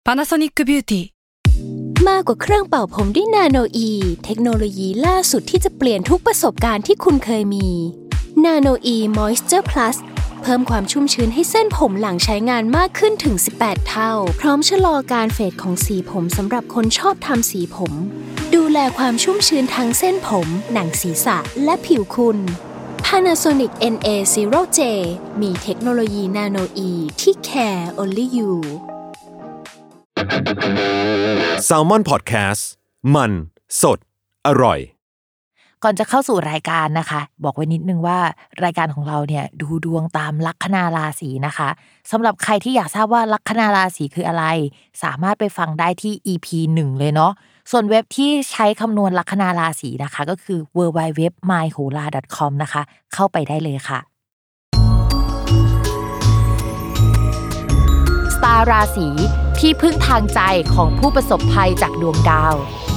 Panasonic Beauty มากกว่าเครื่องเป่าผมด้วยนาโนอีเทคโนโลยีล่าสุดที่จะเปลี่ยนทุกประสบการณ์ที่คุณเคยมีนาโนอีมอยส์เจอร์พลัสเพิ่มความชุ่มชื้นให้เส้นผมหลังใช้งานมากขึ้นถึง18เท่าพร้อมชะลอการเฟดของสีผมสำหรับคนชอบทำสีผมดูแลความชุ่มชื้นทั้งเส้นผมหนังศีรษะและผิวคุณ Panasonic NA0J มีเทคโนโลยีนาโนอีที่ care only you Salmon Podcast มันสดอร่อยก่อนจะเข้าสู่รายการนะคะบอกไว้นิดนึงว่ารายการของเราเนี่ยดูดวงตามลัคนาราศีนะคะสำหรับใครที่อยากทราบว่าลัคนาราศีคืออะไรสามารถไปฟังได้ที่ EP 1 เลยเนาะส่วนเว็บที่ใช้คำนวณลัคนาราศีนะคะก็คือ www.myhola.com นะคะเข้าไปได้เลยค่ะสตาร์ราศีที่พึ่งทางใจของผู้ประสบภัยจากดวงดาว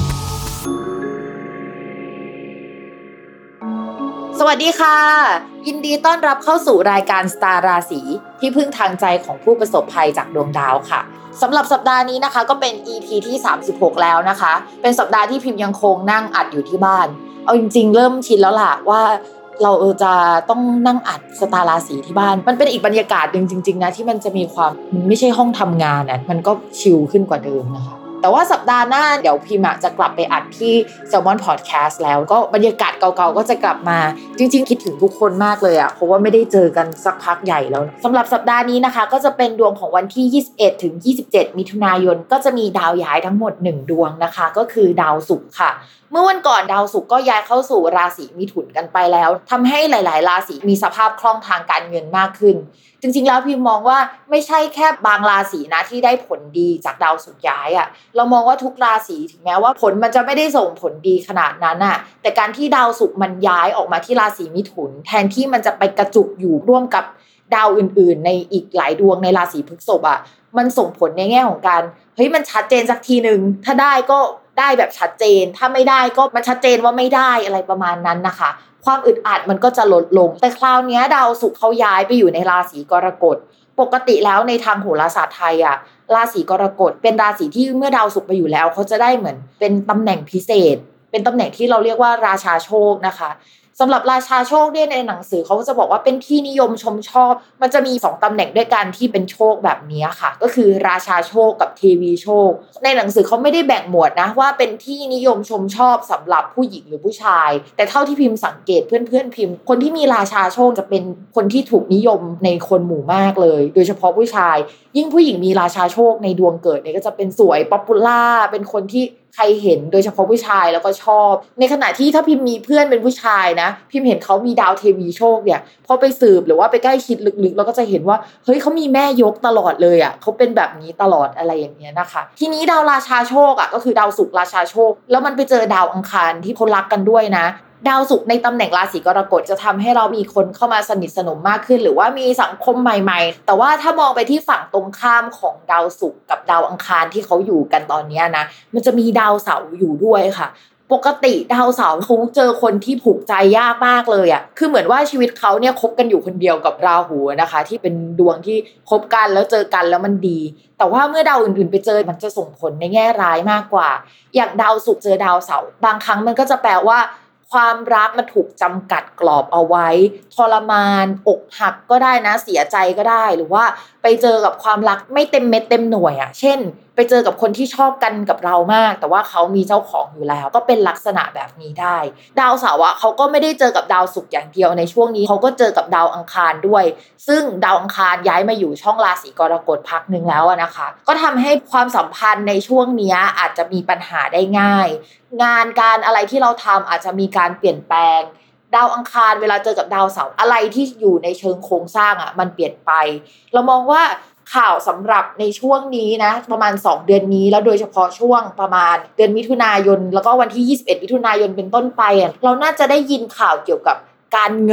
สวัสดีค่ะยินดีต้อนรับเข้าสู่รายการสตาร์ราศีที่พึ่งทางใจของผู้ประสบภัยจากดวงดาวค่ะสำหรับสัปดาห์นี้นะคะก็เป็น EP ที่36แล้วนะคะเป็นสัปดาห์ที่พิมพ์ยังคงนั่งอัดอยู่ที่บ้านเอาจริงๆเริ่มชินแล้วล่ะว่าเราจะต้องนั่งอัดสตาร์ราศีที่บ้านมันเป็นอีกบรรยากาศนึงจริงๆนะที่มันจะมีความมันไม่ใช่ห้องทำงานอ่ะมันก็ชิลขึ้นกว่าเดิมนะคะแต่ว่าสัปดาห์หน้าเดี๋ยวพิมจะกลับไปอัดที่ Salmon Podcast แล้วก็บรรยากาศเก่าๆก็จะกลับมาจริงๆคิดถึงทุกคนมากเลยอ่ะเพราะว่าไม่ได้เจอกันสักพักใหญ่แล้วสำหรับสัปดาห์นี้นะคะก็จะเป็นดวงของวันที่21ถึง27มิถุนายนก็จะมีดาวย้ายทั้งหมด1ดวงนะคะก็คือดาวศุกร์ค่ะเมื่อวันก่อนดาวศุกร์ก็ย้ายเข้าสู่ราศีมิถุนกันไปแล้วทำให้หลายๆราศีมีสภาพคล่องทางการเงินมากขึ้นจริงๆแล้วพิมมองว่าไม่ใช่แค่บางราศีนะที่ได้ผลดีจากดาวศุกร์ย้ายอ่ะเรามองว่าทุกราศีถึงแม้ว่าผลมันจะไม่ได้ส่งผลดีขนาดนั้นอ่ะแต่การที่ดาวศุกร์มันย้ายออกมาที่ราศีมิถุนแทนที่มันจะไปกระจุกอยู่ร่วมกับดาวอื่นๆในอีกหลายดวงในราศีพฤษภอ่ะมันส่งผลในแง่ของการเฮ้ยมันชัดเจนสักทีนึงถ้าได้ก็ได้แบบชัดเจนถ้าไม่ได้ก็มันชัดเจนว่าไม่ได้อะไรประมาณนั้นนะคะความอึดอัดมันก็จะลดลงแต่คราวนี้ดาวศุกร์เขาย้ายไปอยู่ในราศีกรกฎปกติแล้วในทางโหราศาสตร์ไทยอ่ะราศีกรกฎเป็นราศีที่เมื่อดาวศุกร์ไปอยู่แล้วเขาจะได้เหมือนเป็นตำแหน่งพิเศษเป็นตำแหน่งที่เราเรียกว่าราชาโชคนะคะสำหรับราชาโชคเนี่ยในหนังสือเขาจะบอกว่าเป็นที่นิยมชมชอบมันจะมี2ตำแหน่งด้วยกันที่เป็นโชคแบบนี้ค่ะก็คือราชาโชคกับเทวีโชคในหนังสือเขาไม่ได้แบ่งหมวดนะว่าเป็นที่นิยมชมชอบสำหรับผู้หญิงหรือผู้ชายแต่เท่าที่พิมพ์สังเกตเพื่อนๆพิมพ์คนที่มีราชาโชคจะเป็นคนที่ถูกนิยมในคนหมู่มากเลยโดยเฉพาะผู้ชายยิ่งผู้หญิงมีราชาโชคในดวงเกิดเนี่ยก็จะเป็นสวยป๊อปปูล่าเป็นคนที่ใครเห็นโดยเฉพาะผู้ชายแล้วก็ชอบในขณะที่ถ้าพิมมีเพื่อนเป็นผู้ชายนะพิมเห็นเขามีดาวเทวีโชคเนี่ยพอไปสืบหรือว่าไปใกล้ชิดลึกๆแล้วก็จะเห็นว่าเฮ้ยเขามีแม่ยกตลอดเลยอ่ะเขาเป็นแบบนี้ตลอดอะไรอย่างเงี้ยนะคะทีนี้ดาวราชาโชคอ่ะก็คือดาวศุกร์ราชาโชคแล้วมันไปเจอดาวอังคารที่เขารักกันด้วยนะดาวศุกร์ในตำแหน่งราศีกรกฎจะทำให้เรามีคนเข้ามาสนิทสนมมากขึ้นหรือว่ามีสังคมใหม่ๆแต่ว่าถ้ามองไปที่ฝั่งตรงข้ามของดาวศุกร์กับดาวอังคารที่เขาอยู่กันตอนนี้นะมันจะมีดาวเสาร์อยู่ด้วยค่ะปกติดาวเสาร์เขาเจอคนที่ผูกใจยากมากเลยอ่ะคือเหมือนว่าชีวิตเขาเนี่ยคบกันอยู่คนเดียวกับราหูนะคะที่เป็นดวงที่คบกันแล้วเจอกันแล้วมันดีแต่ว่าเมื่อดาวอื่นๆไปเจอมันจะส่งผลในแง่ร้ายมากกว่าอย่างดาวศุกร์เจอดาวเสาร์บางครั้งมันก็จะแปลว่าความรักมันถูกจำกัดกรอบเอาไว้ทรมานอกหักก็ได้นะเสียใจก็ได้หรือว่าไปเจอกับความรักไม่เต็มเม็ดเต็มหน่วยอ่ะเช่นไปเจอกับคนที่ชอบกันกับเรามากแต่ว่าเขามีเจ้าของอยู่แล้วก็เป็นลักษณะแบบนี้ได้ดาวเสาร์อ่ะเขาก็ไม่ได้เจอกับดาวศุกร์อย่างเดียวในช่วงนี้เขาก็เจอกับดาวอังคารด้วยซึ่งดาวอังคารย้ายมาอยู่ช่องราศีกรกฎพักนึงแล้วนะคะก็ทำให้ความสัมพันธ์ในช่วงนี้อาจจะมีปัญหาได้ง่ายงานการอะไรที่เราทำอาจจะมีการเปลี่ยนแปลงดาวอังคารเวลาเจอกับดาวเสาร์อะไรที่อยู่ในเชิงโครงสร้างมันเปลี่ยนไปเรามองว่าข่าวสำหรับในช่วงนี้นะประมาณ2เดือนนี้แล้วโดยเฉพาะช่วงประมาณเดือนมิถุนายนแล้วก็วันที่21มิถุนายนเป็นต้นไปเราน่าจะได้ยินข่าวเกี่ยวกับการเงิน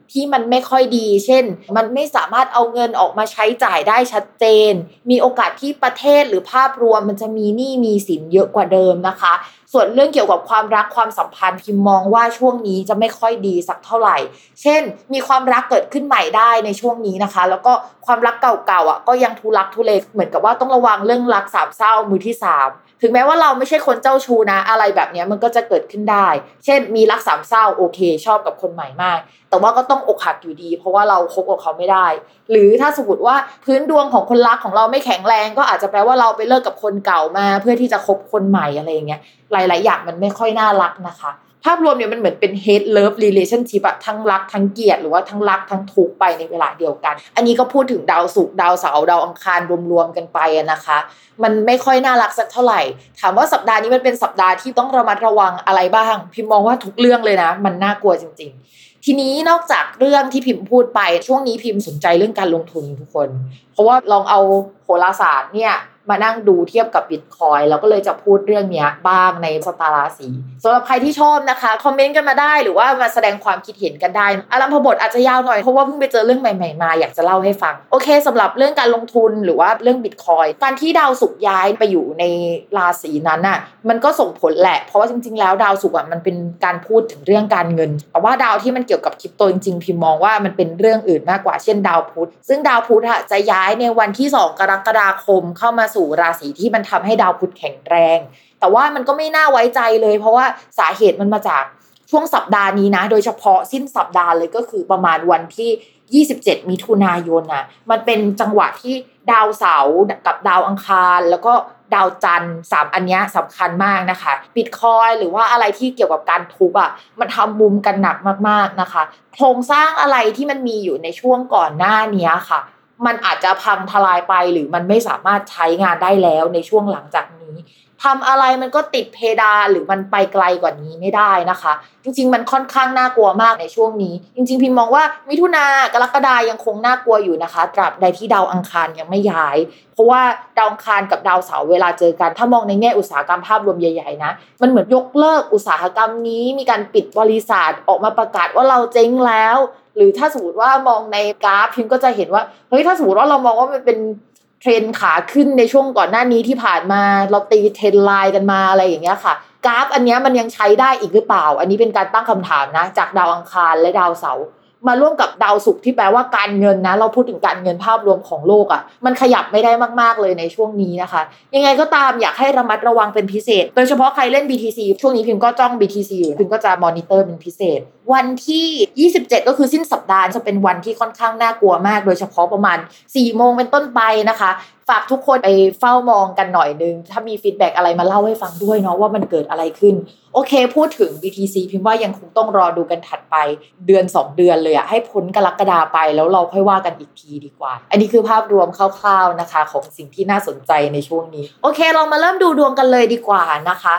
ที่มันไม่ค่อยดีเช่นมันไม่สามารถเอาเงินออกมาใช้จ่ายได้ชัดเจนมีโอกาสที่ประเทศหรือภาพรวมมันจะมีหนี้มีสินเยอะกว่าเดิมนะคะส่วนเรื่องเกี่ยวกับความรักความสัมพันธ์พิมมองว่าช่วงนี้จะไม่ค่อยดีสักเท่าไหร่เช่นมีความรักเกิดขึ้นใหม่ได้ในช่วงนี้นะคะแล้วก็ความรักเก่าๆก็ยังทุลักทุเลเหมือนกับว่าต้องระวังเรื่องรักสามเศร้ามือที่3ถึงแม้ว่าเราไม่ใช่คนเจ้าชู้นะอะไรแบบนี้มันก็จะเกิดขึ้นได้เช่นมีรักสามเศร้าโอเคชอบกับคนใหม่มากแต่ว่าก็ต้องอกหักอยู่ดีเพราะว่าเราคบกับเขาไม่ได้หรือถ้าสมมติว่าพื้นดวงของคนรักของเราไม่แข็งแรงก็อาจจะแปลว่าเราไปเลิกกับคนเก่ามาเพื่อที่จะคบคนใหม่อะไรอย่างเงี้ยหลายๆอย่างมันไม่ค่อยน่ารักนะคะภาพรวมเนี่ยมันเหมือนเป็น hate love relationship อะทั้งรักทั้งเกลียดหรือว่าทั้งรักทั้งทุกข์ไปในเวลาเดียวกันอันนี้ก็พูดถึงดาวศุกร์ดาวเสาร์ดาวอังคารรวมๆกันไปนะคะมันไม่ค่อยน่ารักสักเท่าไหร่ถามว่าสัปดาห์นี้มันเป็นสัปดาห์ที่ต้องระมัดระวังอะไรบ้างพิมมองว่าทุกเรื่องเลยนะมันน่ากลัวจริงๆทีนี้นอกจากเรื่องที่พิมพูดไปช่วงนี้พิมสนใจเรื่องการลงทุนทุกคนเพราะว่าลองเอาโหราศาสตร์เนี่ยมานั่งดูเทียบกับ Bitcoin แล้วก็เลยจะพูดเรื่องนี้บ้างในสตาราศีสำหรับใครที่ชอบนะคะคอมเมนต์กันมาได้หรือว่ามาแสดงความคิดเห็นกันได้อารัมพบทอาจจะยาวหน่อยเพราะว่าเพิ่งไปเจอเรื่องใหม่ๆมาอยากจะเล่าให้ฟังโอเคสำหรับเรื่องการลงทุนหรือว่าเรื่อง Bitcoin การที่ดาวศุกร์ย้ายไปอยู่ในราศีนั้นน่ะมันก็ส่งผลแหละเพราะว่าจริงๆแล้วดาวศุกร์มันเป็นการพูดถึงเรื่องการเงินแต่ว่าดาวที่มันเกี่ยวกับคริปโตจริงๆพิมมองว่ามันเป็นเรื่องอื่นมากกว่าเช่นดาวพุธซึ่งดาวพุธจะย้ายในวันที่2 กรกฎาคมเข้ามาสู่ราศีที่มันทำให้ดาวพุธแข็งแรงแต่ว่ามันก็ไม่น่าไว้ใจเลยเพราะว่าสาเหตุมันมาจากช่วงสัปดาห์นี้นะโดยเฉพาะสิ้นสัปดาห์เลยก็คือประมาณวันที่27มิถุนายนนะมันเป็นจังหวะที่ดาวเสาร์กับดาวอังคารแล้วก็ดาวจันทร์3อันนี้สำคัญมากนะคะBitcoinหรือว่าอะไรที่เกี่ยวกับการทุบมันทำมุมกันหนักมากๆนะคะโครงสร้างอะไรที่มันมีอยู่ในช่วงก่อนหน้านี้ค่ะมันอาจจะพังทลายไปหรือมันไม่สามารถใช้งานได้แล้วในช่วงหลังจากนี้ทำอะไรมันก็ติดเพดานหรือมันไปไกลกว่านี้ไม่ได้นะคะจริงๆมันค่อนข้างน่ากลัวมากในช่วงนี้จริงๆพิมมองว่ามิถุนากรกฎายังคงน่ากลัวอยู่นะคะตราบใดที่ดาวอังคารยังไม่ย้ายเพราะว่าดาวอังคารกับดาวเสาร์เวลาเจอกันถ้ามองในแง่อุตสาหกรรมภาพรวมใหญ่ๆนะมันเหมือนยกเลิกอุตสาหกรรมนี้มีการปิดบริษัทออกมาประกาศว่าเราเจ๊งแล้วหรือถ้าสมมติว่ามองในกราฟพิมก็จะเห็นว่าเฮ้ยถ้าสมมติว่าเรามองว่ามันเป็นเทรนขาขึ้นในช่วงก่อนหน้านี้ที่ผ่านมาเราตีเทรนไลน์กันมาอะไรอย่างเงี้ยค่ะกราฟอันนี้มันยังใช้ได้อีกหรือเปล่าอันนี้เป็นการตั้งคำถามนะจากดาวอังคารและดาวเสาร์มาร่วมกับดาวศุกร์ที่แปลว่าการเงินนะเราพูดถึงการเงินภาพรวมของโลกมันขยับไม่ได้มากๆเลยในช่วงนี้นะคะยังไงก็ตามอยากให้ระมัดระวังเป็นพิเศษโดยเฉพาะใครเล่น BTC ช่วงนี้พิมก็จ้อง BTC อยู่พิมก็จะมอนิเตอร์เป็นพิเศษวันที่27ก็คือสิ้นสัปดาห์จะเป็นวันที่ค่อนข้างน่ากลัวมากโดยเฉพาะประมาณ 4 โมงเป็นต้นไปนะคะฝากทุกคนไปเฝ้ามองกันหน่อยนึงถ้ามีฟีดแบ็กอะไรมาเล่าให้ฟังด้วยเนาะว่ามันเกิดอะไรขึ้นโอเคพูดถึง BTC พิมพ์ว่ายังคงต้องรอดูกันถัดไปเดือน2 เดือนเลยให้พ้นกรกฎาไปแล้วเราค่อยว่ากันอีกทีดีกว่าอันนี้คือภาพรวมคร่าวๆนะคะของสิ่งที่น่าสนใจในช่วงนี้โอเคเรามาเริ่มดูดวงกันเลยดีกว่านะคะ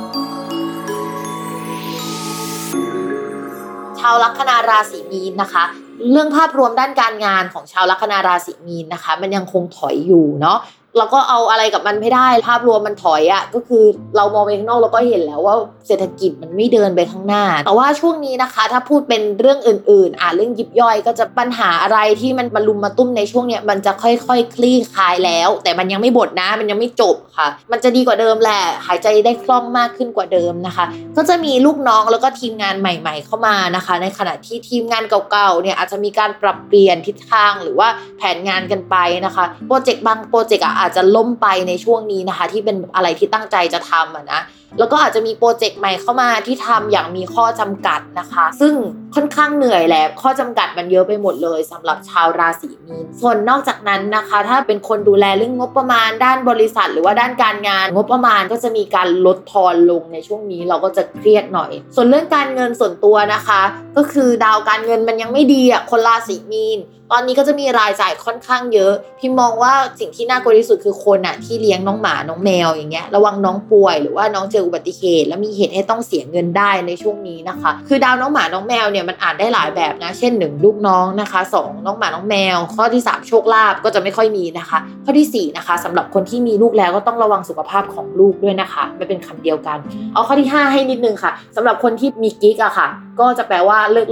ชาวลัคนาราศีมีนนะคะเรื่องภาพรวมด้านการงานของชาวลัคนาราศีมีนนะคะมันยังคงถอยอยู่เนาะเราก็เอาอะไรกับมันไม่ได้ภาพรวมมันถอยก็คือเรามองไปข้างนอกเราก็เห็นแล้วว่าเศรษฐกิจมันไม่เดินไปข้างหน้าแต่ว่าช่วงนี้นะคะถ้าพูดเป็นเรื่องอื่นๆเรื่องยิบย่อยก็จะปัญหาอะไรที่มันมาลุมมาตุ้มในช่วงเนี้ยมันจะค่อยๆคลี่คลายแล้วแต่มันยังไม่หมดนะมันยังไม่จบค่ะมันจะดีกว่าเดิมแหละหายใจได้คล่องมากขึ้นกว่าเดิมนะคะก็จะมีลูกน้องแล้วก็ทีมงานใหม่ๆเข้ามานะคะในขณะที่ทีมงานเก่าๆเนี่ยอาจจะมีการปรับเปลี่ยนทิศทางหรือว่าแผนงานกันไปนะคะโปรเจกต์บางโปรเจกต์อาจจะล้มไปในช่วงนี้นะคะที่เป็นอะไรที่ตั้งใจจะทำนะแล้วก็อาจจะมีโปรเจกต์ใหม่เข้ามาที่ทำอย่างมีข้อจำกัดนะคะซึ่งค่อนข้างเหนื่อยแหละข้อจำกัดมันเยอะไปหมดเลยสำหรับชาวราศีมีนส่วนนอกจากนั้นนะคะถ้าเป็นคนดูแลเรื่องงบประมาณด้านบริษัทหรือว่าด้านการงานงบประมาณก็จะมีการลดทอนลงในช่วงนี้เราก็จะเครียดหน่อยส่วนเรื่องการเงินส่วนตัวนะคะก็คือดาวการเงินมันยังไม่ดีคนราศีมีนตอนนี้ก็จะมีรายจ่ายค่อนข้างเยอะพี่มองว่าสิ่งที่น่ากลัวที่สุดคือคนที่เลี้ยงน้องหมาน้องแมวอย่างเงี้ยระวังน้องป่วยหรือว่าน้องเจออุบัติเหตุแล้วมีเหตุให้ต้องเสียเงินได้ในช่วงนี้นะคะคือดาวน้องหมาน้องแมวเนี่ยมันอ่านได้หลายแบบนะเช่น1ลูกน้องนะคะ2น้องหมาน้องแมวข้อที่3โชคลาภก็จะไม่ค่อยมีนะคะข้อที่4นะคะสำหรับคนที่มีลูกแล้วก็ต้องระวังสุขภาพของลูกด้วยนะคะไม่เป็นคำเดียวกันเอาข้อที่5ให้นิดนึงค่ะสำหรับคนที่มีกิ๊กค่ะก็จะแปลว่าเลิกรัก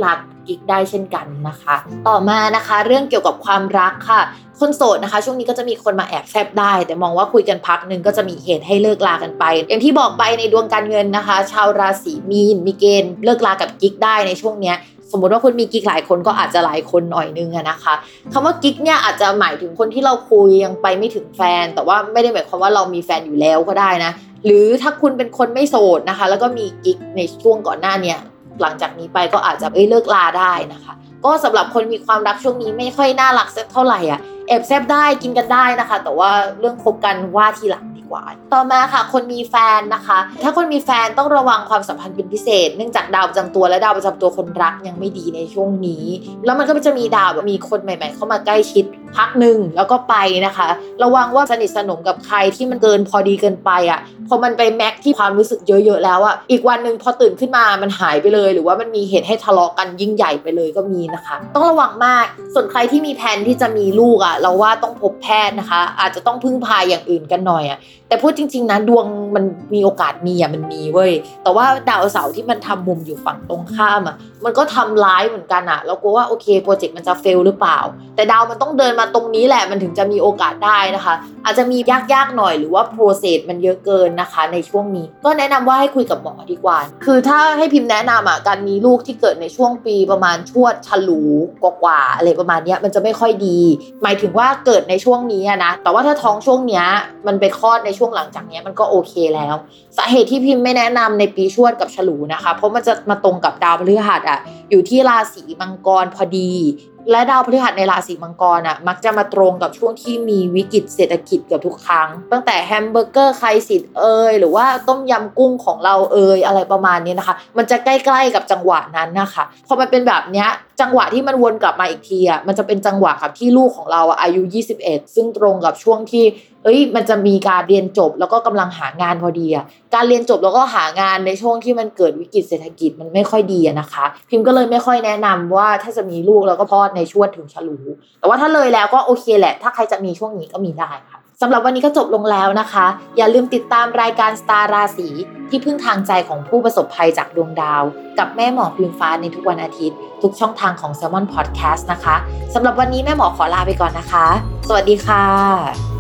กิ๊กได้เช่นกันนะคะต่อมานะคะเรื่องเกี่ยวกับความรักค่ะคนโสดนะคะช่วงนี้ก็จะมีคนมาแอบแซบได้แต่มองว่าคุยกันพักนึงก็จะมีเหตุให้เลิกลากันไปอย่างที่บอกไปในดวงการเงินนะคะชาวราศีมีนมีเกณฑ์เลิกลากับกิ๊กได้ในช่วงเนี้ยสมมติว่าคุณมีกิ๊กหลายคนก็อาจจะหลายคนหน่อยนึงนะคะคำว่ากิ๊กเนี่ยอาจจะหมายถึงคนที่เราคุยยังไปไม่ถึงแฟนแต่ว่าไม่ได้หมายความว่าเรามีแฟนอยู่แล้วก็ได้นะหรือถ้าคุณเป็นคนไม่โสดนะคะแล้วก็มีกิ๊กในช่วงก่อนหน้าเนี่ยหลังจากนี้ไปก็อาจจะเลิกลาได้นะคะก็สำหรับคนมีความรักช่วงนี้ไม่ค่อยน่ารักสักเท่าไหร่แอบแซบได้กินกันได้นะคะแต่ว่าเรื่องคบกันว่าทีหลังดีกว่าต่อมาค่ะคนมีแฟนนะคะถ้าคนมีแฟนต้องระวังความสัมพันธ์เป็นพิเศษเนื่องจากดาวประจำตัวและดาวประจำตัวคนรักยังไม่ดีในช่วงนี้แล้วมันก็จะมีดาวแบบมีคนใหม่ๆเข้ามาใกล้ชิดพักนึงแล้วก็ไปนะคะระวังว่าสนิทสนมกับใครที่มันเกินพอดีเกินไปพอมันไปแม็กที่ความรู้สึกเยอะๆแล้วอีกวันนึงพอตื่นขึ้นมามันหายไปเลยหรือว่ามันมีเหตุให้ทะเลาะกันยิ่งใหญ่ไปเลยก็มีนะคะต้องระวังมากส่วนใครที่มีแผนที่จะมีลูกเราว่าต้องพบแพทย์นะคะอาจจะต้องพึ่งพาอย่างอื่นกันหน่อยแต่พูดจริงๆนะดวงมันมีโอกาสมีมันมีเว้ยแต่ว่าดาวเสาร์ที่มันทำมุมอยู่ฝั่งตรงข้ามมันก็ทำร้ายเหมือนกันแล้วกลัวว่าโอเคโปรเจกต์มันจะเฟลหรือเปล่าแต่ดาวมันต้องเดินมาตรงนี้แหละมันถึงจะมีโอกาสได้นะคะอาจจะมียากๆหน่อยหรือว่าโปรเซสมันเยอะเกินนะคะในช่วงนี้ก็แนะนำว่าให้คุยกับหมอดีกว่าคือถ้าให้พิมพ์แนะนำการมีลูกที่เกิดในช่วงปีประมาณชวดฉลูกว่าอะไรประมาณนี้มันจะไม่ค่อยดีหมายถึงว่าเกิดในช่วงนี้นะแต่ว่าถ้าท้องช่วงนี้มันไปคลอดในช่วงหลังจากนี้มันก็โอเคแล้วสาเหตุที่พิมพ์ไม่แนะนำในปีชวดกับฉลูนะคะเพราะมันจะมาตรงกับดาวพฤหัสอยู่ที่ราศีมังกรพอดีและดาวพฤหัสในราศีมังกรมักจะมาตรงกับช่วงที่มีวิกฤตเศรษฐกิจเกือบทุกครั้งตั้งแต่แฮมเบอร์เกอร์ไครซิสหรือว่าต้มยำกุ้งของเราอะไรประมาณนี้นะคะมันจะใกล้ๆกับจังหวะนั้นนะคะพอมันเป็นแบบเนี้ยจังหวะที่มันวนกลับมาอีกทีมันจะเป็นจังหวะกับที่ลูกของเราอายุ21ซึ่งตรงกับช่วงที่มันจะมีการเรียนจบแล้วก็กำลังหางานพอดีการเรียนจบแล้วก็หางานในช่วงที่มันเกิดวิกฤตเศรษฐกิจมันไม่ค่อยดีนะคะพิมพ์ก็เลยไม่ค่อยแนะนำว่าถ้าจะมีลูกแล้วก็พอดในช่วงถึงฉลูแต่ว่าถ้าเลยแล้วก็โอเคแหละถ้าใครจะมีช่วงนี้ก็มีได้ค่ะสำหรับวันนี้ก็จบลงแล้วนะคะอย่าลืมติดตามรายการสตาร์ราศีที่พึ่งทางใจของผู้ประสบภัยจากดวงดาวกับแม่หมอพิมฟ้าในทุกวันอาทิตย์ทุกช่องทางของ Salmon Podcast นะคะสำหรับวันนี้แม่หมอขอลาไปก่อนนะคะสวัสดีค่ะ